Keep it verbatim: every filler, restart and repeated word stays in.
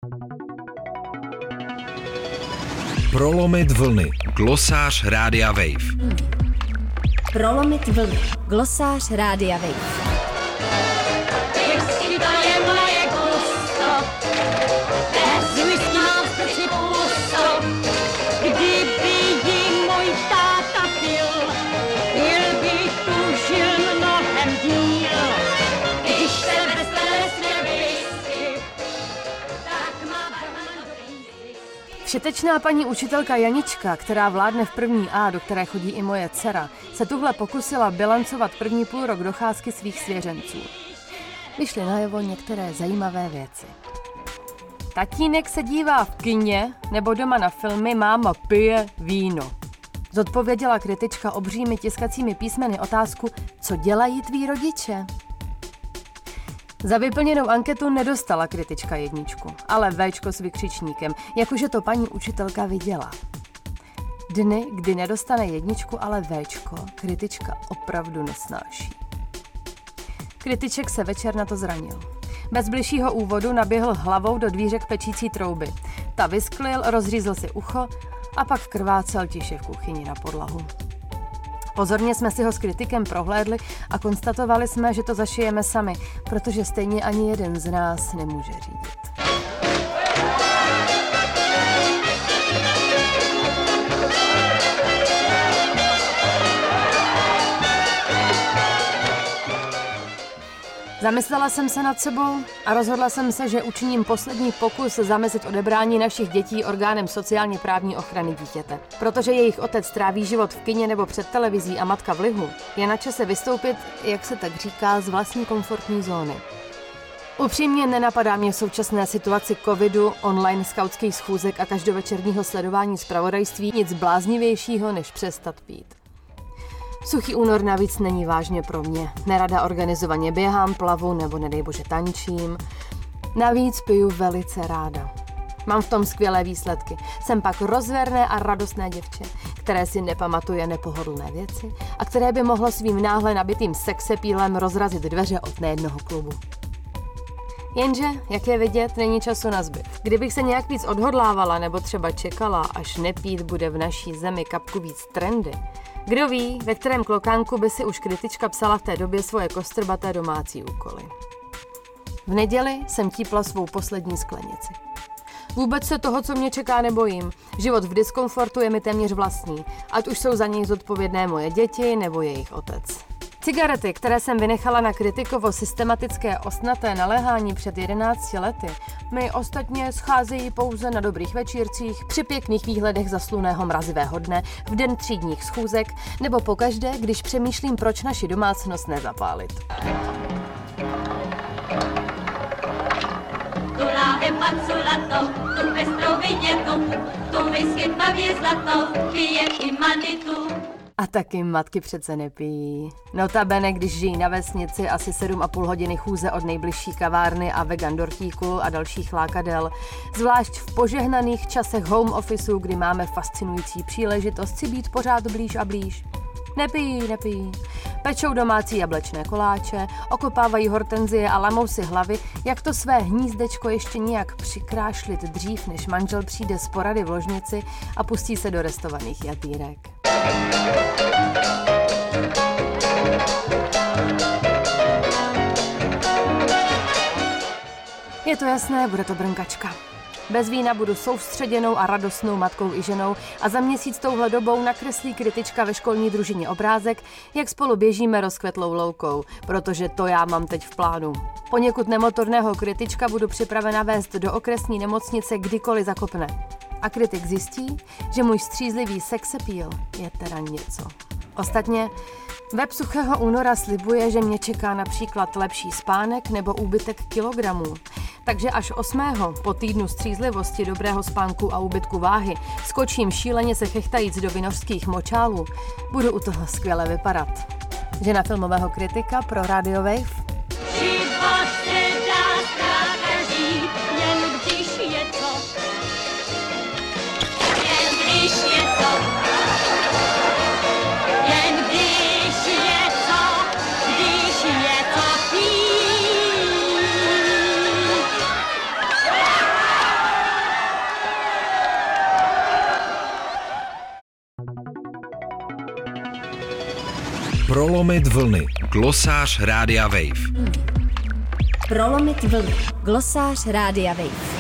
Prolomit vlny. Glosář Rádia Wave. Prolomit vlny. Glosář Rádia Wave. Všetečná paní učitelka Janička, která vládne v první A, do které chodí i moje dcera, se tuhle pokusila bilancovat první půlrok docházky svých svěřenců. Vyšly najevo některé zajímavé věci. Tatínek se dívá v kině nebo doma na filmy, máma pije víno. Zodpověděla kritička obřími tiskacími písmeny otázku, co dělají tví rodiče. Za vyplněnou anketu nedostala kritička jedničku, ale Véčko s vykřičníkem, jakože to paní učitelka viděla. Dny, kdy nedostane jedničku, ale Véčko, kritička opravdu nesnáší. Kritiček se večer na to zranil. Bez bližšího úvodu naběhl hlavou do dvířek pečící trouby. Ta vysklil, rozřízl si ucho a pak krvácel tiše v kuchyni na podlahu. Pozorně jsme si ho s kritikem prohlédli a konstatovali jsme, že to zašijeme sami, protože stejně ani jeden z nás nemůže řídit. Zamyslela jsem se nad sebou a rozhodla jsem se, že učiním poslední pokus zamezit odebrání našich dětí orgánem sociálně právní ochrany dítěte. Protože jejich otec tráví život v kině nebo před televizí a matka v lihu, je na čase vystoupit, jak se tak říká, z vlastní komfortní zóny. Upřímně nenapadá mě v současné situaci covidu, online skautských schůzek a každovečerního sledování zpravodajství nic bláznivějšího, než přestat pít. Suchý únor navíc není vážně pro mě. Nerada organizovaně běhám, plavu nebo nedej bože tančím. Navíc piju velice ráda. Mám v tom skvělé výsledky. Jsem pak rozverné a radostné děvče, které si nepamatuje nepohodlné věci a které by mohlo svým náhle nabitým sexepílem rozrazit dveře od nejednoho klubu. Jenže, jak je vidět, není času na zbyt. Kdybych se nějak víc odhodlávala nebo třeba čekala, až nepít bude v naší zemi kapku víc trendy, kdo ví, ve kterém klokánku by si už kritička psala v té době svoje kostrbaté domácí úkoly. V neděli jsem típla svou poslední sklenici. Vůbec se toho, co mě čeká, nebojím. Život v diskomfortu je mi téměř vlastní, ať už jsou za něj zodpovědné moje děti nebo jejich otec. Cigarety, které jsem vynechala na kritikovo systematické ostnaté naléhání před jedenácti lety, mi ostatně scházejí pouze na dobrých večírcích, při pěkných výhledech zasluného mrazivého dne, v den třídních schůzek, nebo pokaždé, když přemýšlím, proč naši domácnost nezapálit. Tu láhev mazzolato, tu pestrou vinětu, tu whisky tmavě zlatou, pije i manitu. A taky matky přece nepijí. Notabene, když žijí na vesnici, asi sedm a půl hodiny chůze od nejbližší kavárny a vegan dortíku a dalších lákadel. Zvlášť v požehnaných časech home officeu, kdy máme fascinující příležitost si být pořád blíž a blíž. Nepijí, nepijí. Pečou domácí jablečné koláče, okopávají hortenzie a lamou si hlavy, jak to své hnízdečko ještě nějak přikrášlit dřív, než manžel přijde z porady v ložnici a pustí se do restovaných jatýrek. Je to jasné, bude to brnkačka. Bez vína budu soustředěnou a radostnou matkou i ženou a za měsíc touhle dobou nakreslí kritička ve školní družině obrázek, jak spolu běžíme rozkvetlou loukou, protože to já mám teď v plánu. Poněkud nemotorného kritička budu připravena vést do okresní nemocnice kdykoliv zakopne. A kritik zjistí, že můj střízlivý sexappeal je teda něco. Ostatně web Suchého února slibuje, že mě čeká například lepší spánek nebo úbytek kilogramů. Takže až osmého po týdnu střízlivosti, dobrého spánku a úbytku váhy skočím šíleně se chechtajíc do vinořských močálů, budu u toho skvěle vypadat. Žena filmového kritika pro Radio Wave. Prolomit vlny. Glosář Rádia Wave. Prolomit vlny. Glosář Rádia Wave.